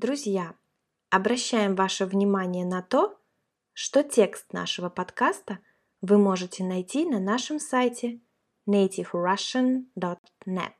Друзья, обращаем ваше внимание на то, что текст нашего подкаста вы можете найти на нашем сайте nativerussian.net.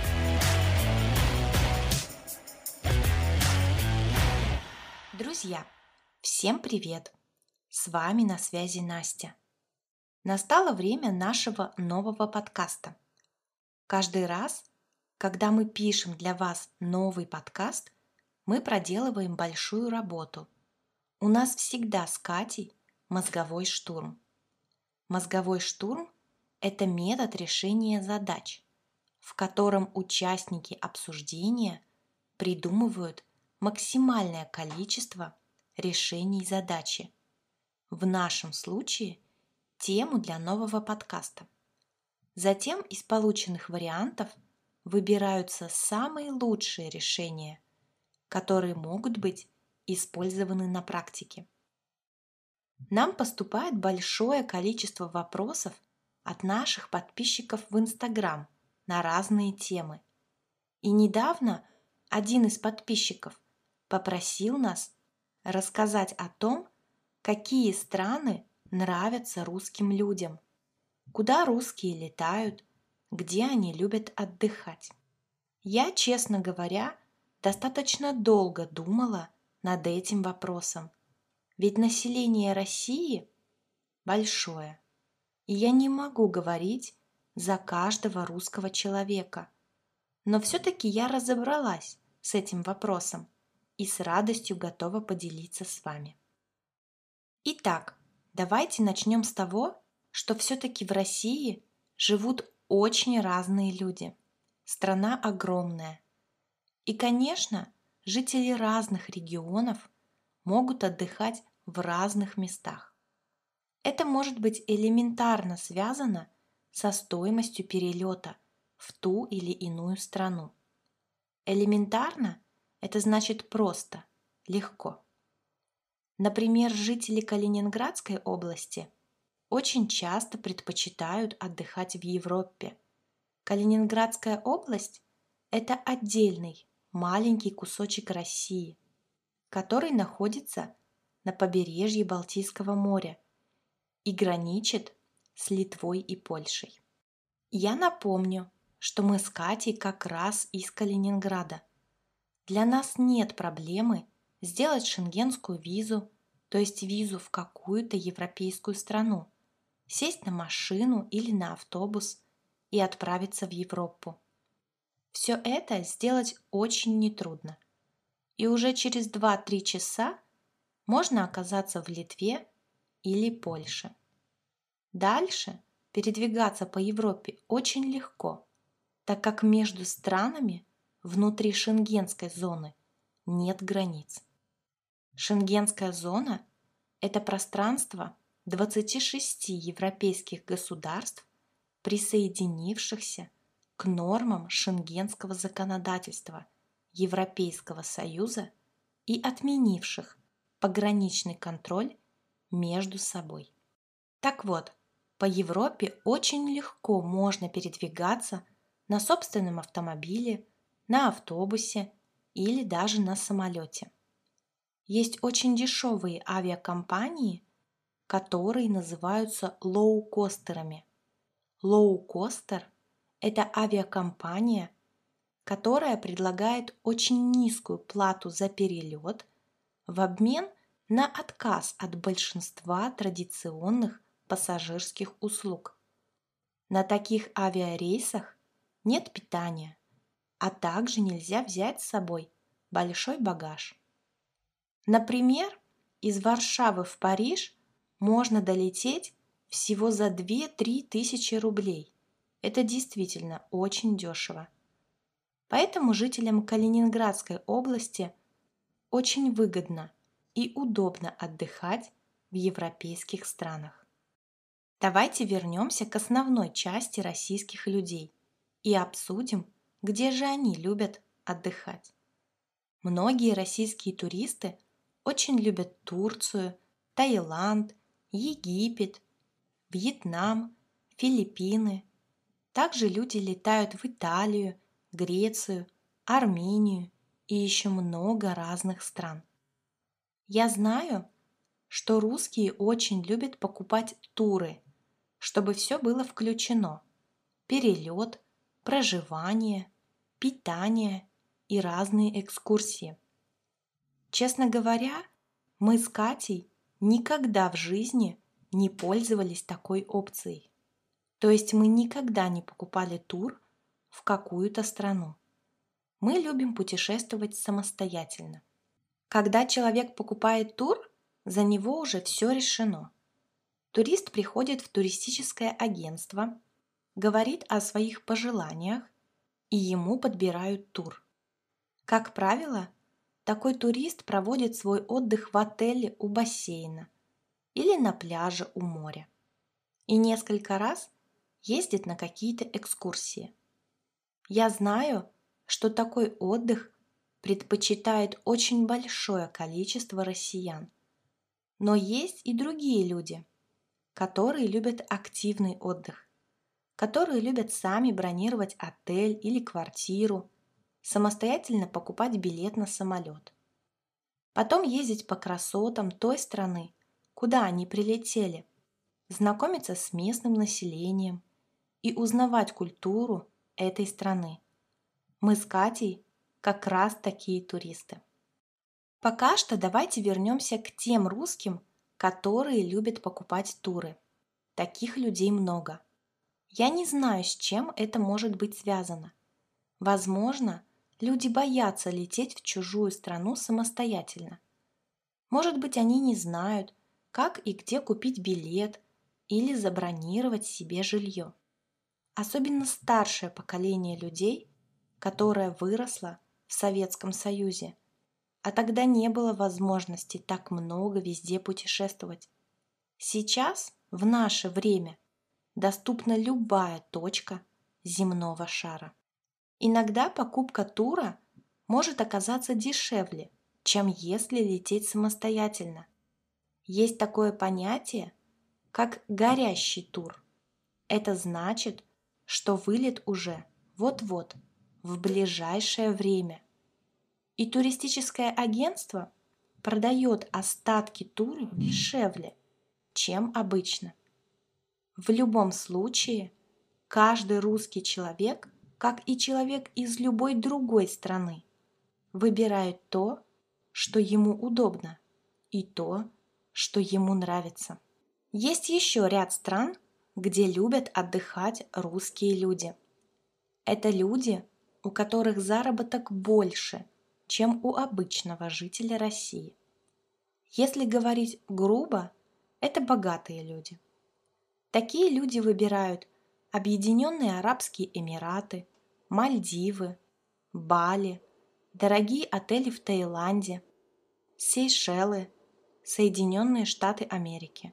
Друзья, всем привет! С вами на связи Настя. Настало время нашего нового подкаста. Каждый раз, когда мы пишем для вас новый подкаст, мы проделываем большую работу. У нас всегда с Катей мозговой штурм. Мозговой штурм – это метод решения задач, в котором участники обсуждения придумывают максимальное количество решений задачи. В нашем случае – тему для нового подкаста. Затем из полученных вариантов выбираются самые лучшие решения, которые могут быть использованы на практике. Нам поступает большое количество вопросов от наших подписчиков в Instagram на разные темы. И недавно один из подписчиков попросил нас рассказать о том, какие страны нравятся русским людям, куда русские летают, где они любят отдыхать. Я, честно говоря, достаточно долго думала над этим вопросом, ведь население России большое, и я не могу говорить за каждого русского человека, но все-таки я разобралась с этим вопросом и с радостью готова поделиться с вами. Итак, давайте начнем с того, что все-таки в России живут очень разные люди. Страна огромная. И, конечно, жители разных регионов могут отдыхать в разных местах. Это может быть элементарно связано со стоимостью перелета в ту или иную страну. Элементарно – это значит просто, легко. Например, жители Калининградской области очень часто предпочитают отдыхать в Европе. Калининградская область – это отдельный маленький кусочек России, который находится на побережье Балтийского моря и граничит с Литвой и Польшей. Я напомню, что мы с Катей как раз из Калининграда. Для нас нет проблемы сделать шенгенскую визу, то есть визу в какую-то европейскую страну, сесть на машину или на автобус и отправиться в Европу. Все это сделать очень нетрудно. И уже через 2-3 часа можно оказаться в Литве или Польше. Дальше передвигаться по Европе очень легко, так как между странами внутри шенгенской зоны нет границ. Шенгенская зона – это пространство 26 европейских государств, присоединившихся к нормам шенгенского законодательства Европейского Союза и отменивших пограничный контроль между собой. Так вот, по Европе очень легко можно передвигаться на собственном автомобиле, на автобусе или даже на самолете. Есть очень дешевые авиакомпании, которые называются лоукостерами. Лоукостер – это авиакомпания, которая предлагает очень низкую плату за перелет в обмен на отказ от большинства традиционных пассажирских услуг. На таких авиарейсах нет питания, а также нельзя взять с собой большой багаж. Например, из Варшавы в Париж можно долететь всего за 2-3 тысячи рублей. Это действительно очень дешево. Поэтому жителям Калининградской области очень выгодно и удобно отдыхать в европейских странах. Давайте вернемся к основной части российских людей и обсудим, где же они любят отдыхать. Многие российские туристы очень любят Турцию, Таиланд, Египет, Вьетнам, Филиппины. Также люди летают в Италию, Грецию, Армению и еще много разных стран. Я знаю, что русские очень любят покупать туры, чтобы все было включено. Перелет, проживание, питание и разные экскурсии. Честно говоря, мы с Катей никогда в жизни не пользовались такой опцией. То есть мы никогда не покупали тур в какую-то страну. Мы любим путешествовать самостоятельно. Когда человек покупает тур, за него уже все решено. Турист приходит в туристическое агентство, говорит о своих пожеланиях, и ему подбирают тур. Как правило, такой турист проводит свой отдых в отеле у бассейна или на пляже у моря и несколько раз ездит на какие-то экскурсии. Я знаю, что такой отдых предпочитает очень большое количество россиян. Но есть и другие люди, которые любят активный отдых, которые любят сами бронировать отель или квартиру, самостоятельно покупать билет на самолет. Потом ездить по красотам той страны, куда они прилетели, знакомиться с местным населением и узнавать культуру этой страны. Мы с Катей как раз такие туристы. Пока что давайте вернемся к тем русским, которые любят покупать туры. Таких людей много. Я не знаю, с чем это может быть связано. Возможно, люди боятся лететь в чужую страну самостоятельно. Может быть, они не знают, как и где купить билет или забронировать себе жилье. Особенно старшее поколение людей, которое выросло в Советском Союзе, а тогда не было возможности так много везде путешествовать. Сейчас, в наше время, доступна любая точка земного шара. Иногда покупка тура может оказаться дешевле, чем если лететь самостоятельно. Есть такое понятие, как горящий тур. Это значит, что вылет уже вот-вот, в ближайшее время. И туристическое агентство продает остатки тура дешевле, чем обычно. В любом случае, каждый русский человек, как и человек из любой другой страны, выбирает то, что ему удобно, и то, что ему нравится. Есть еще ряд стран, где любят отдыхать русские люди. Это люди, у которых заработок больше, чем у обычного жителя России. Если говорить грубо, это богатые люди. Такие люди выбирают Объединенные Арабские Эмираты, Мальдивы, Бали, дорогие отели в Таиланде, Сейшелы, Соединенные Штаты Америки.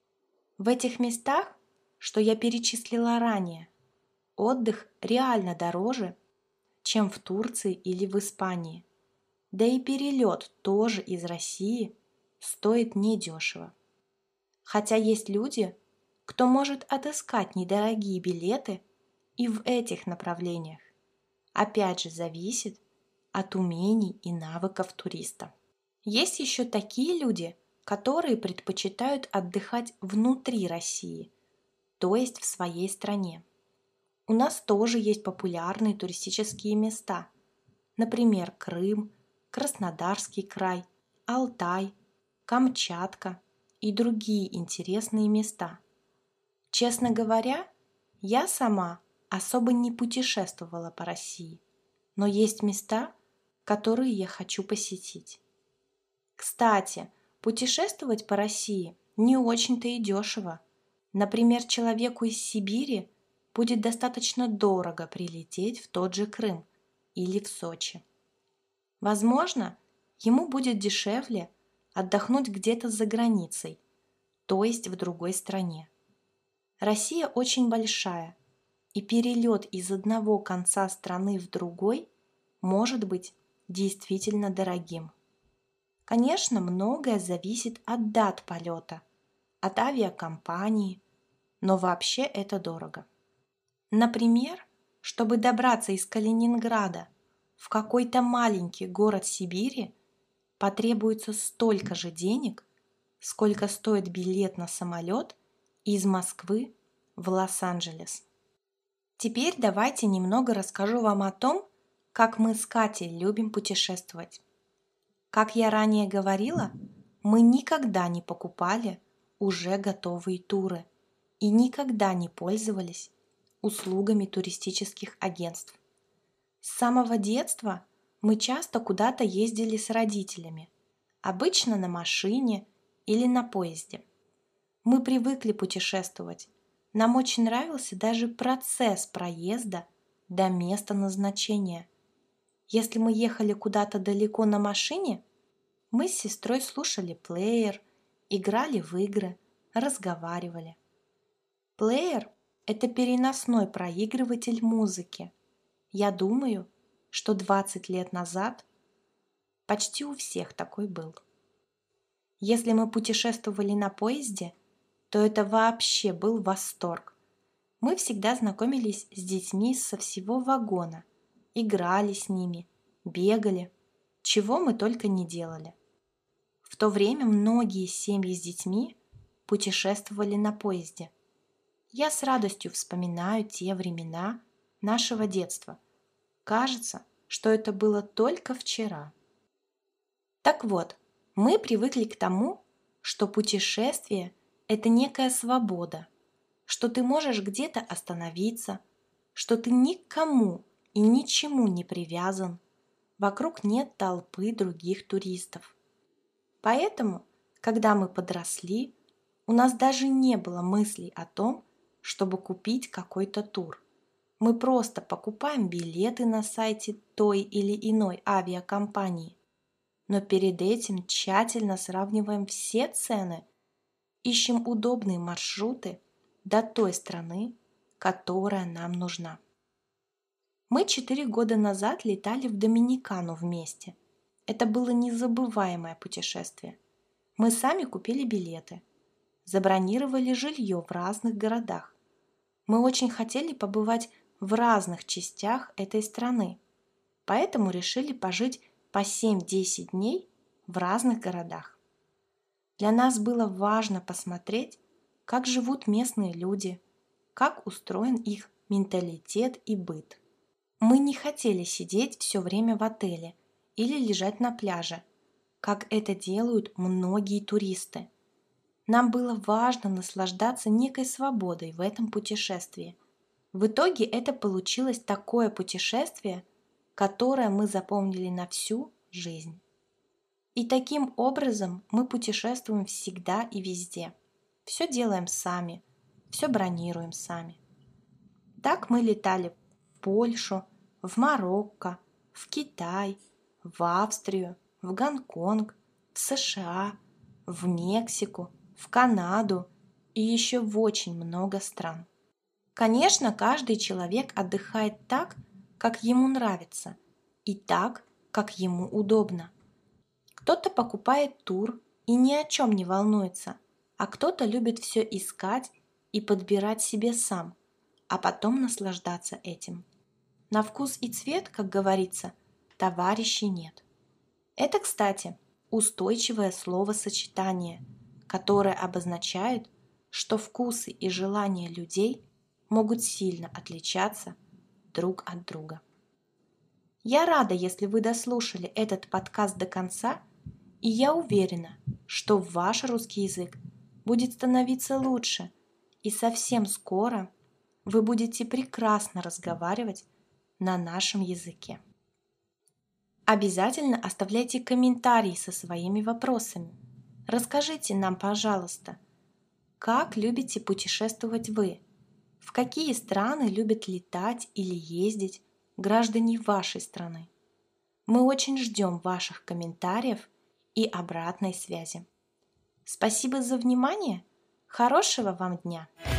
В этих местах, что я перечислила ранее, отдых реально дороже, чем в Турции или в Испании. Да и перелет тоже из России стоит недешево. Хотя есть люди, кто может отыскать недорогие билеты и в этих направлениях. Опять же, зависит от умений и навыков туриста. Есть еще такие люди, которые предпочитают отдыхать внутри России, то есть в своей стране. У нас тоже есть популярные туристические места, например, Крым, Краснодарский край, Алтай, Камчатка и другие интересные места. Честно говоря, я сама особо не путешествовала по России, но есть места, которые я хочу посетить. Кстати, путешествовать по России не очень-то и дешево. Например, человеку из Сибири будет достаточно дорого прилететь в тот же Крым или в Сочи. Возможно, ему будет дешевле отдохнуть где-то за границей, то есть в другой стране. Россия очень большая, и перелет из одного конца страны в другой может быть действительно дорогим. Конечно, многое зависит от дат полета, от авиакомпании, но вообще это дорого. Например, чтобы добраться из Калининграда в какой-то маленький город Сибири потребуется столько же денег, сколько стоит билет на самолет из Москвы в Лос-Анджелес. Теперь давайте немного расскажу вам о том, как мы с Катей любим путешествовать. Как я ранее говорила, мы никогда не покупали уже готовые туры и никогда не пользовались услугами туристических агентств. С самого детства мы часто куда-то ездили с родителями, обычно на машине или на поезде. Мы привыкли путешествовать. Нам очень нравился даже процесс проезда до места назначения. Если мы ехали куда-то далеко на машине, мы с сестрой слушали плеер, играли в игры, разговаривали. Плеер – это переносной проигрыватель музыки. Я думаю, что 20 лет назад почти у всех такой был. Если мы путешествовали на поезде, то это вообще был восторг. Мы всегда знакомились с детьми со всего вагона, играли с ними, бегали, чего мы только не делали. В то время многие семьи с детьми путешествовали на поезде. Я с радостью вспоминаю те времена нашего детства. Кажется, что это было только вчера. Так вот, мы привыкли к тому, что путешествие – это некая свобода, что ты можешь где-то остановиться, что ты никому и ничему не привязан, вокруг нет толпы других туристов. Поэтому, когда мы подросли, у нас даже не было мыслей о том, чтобы купить какой-то тур. Мы просто покупаем билеты на сайте той или иной авиакомпании, но перед этим тщательно сравниваем все цены, ищем удобные маршруты до той страны, которая нам нужна. Мы 4 года назад летали в Доминикану вместе. Это было незабываемое путешествие. Мы сами купили билеты, забронировали жилье в разных городах. Мы очень хотели побывать в разных частях этой страны, поэтому решили пожить по 7-10 дней в разных городах. Для нас было важно посмотреть, как живут местные люди, как устроен их менталитет и быт. Мы не хотели сидеть все время в отеле или лежать на пляже, как это делают многие туристы. Нам было важно наслаждаться некой свободой в этом путешествии. В итоге это получилось такое путешествие, которое мы запомнили на всю жизнь. И таким образом мы путешествуем всегда и везде. Все делаем сами, все бронируем сами. Так мы летали в Польшу, в Марокко, в Китай, в Австрию, в Гонконг, в США, в Мексику, в Канаду и еще в очень много стран. Конечно, каждый человек отдыхает так, как ему нравится, и так, как ему удобно. Кто-то покупает тур и ни о чем не волнуется, а кто-то любит все искать и подбирать себе сам, а потом наслаждаться этим. На вкус и цвет, как говорится, товарищей нет. Это, кстати, устойчивое словосочетание, которое обозначает, что вкусы и желания людей могут сильно отличаться друг от друга. Я рада, если вы дослушали этот подкаст до конца, и я уверена, что ваш русский язык будет становиться лучше, и совсем скоро вы будете прекрасно разговаривать на нашем языке. Обязательно оставляйте комментарии со своими вопросами. Расскажите нам, пожалуйста, как любите путешествовать вы? В какие страны любят летать или ездить граждане вашей страны? Мы очень ждем ваших комментариев и обратной связи. Спасибо за внимание. Хорошего вам дня!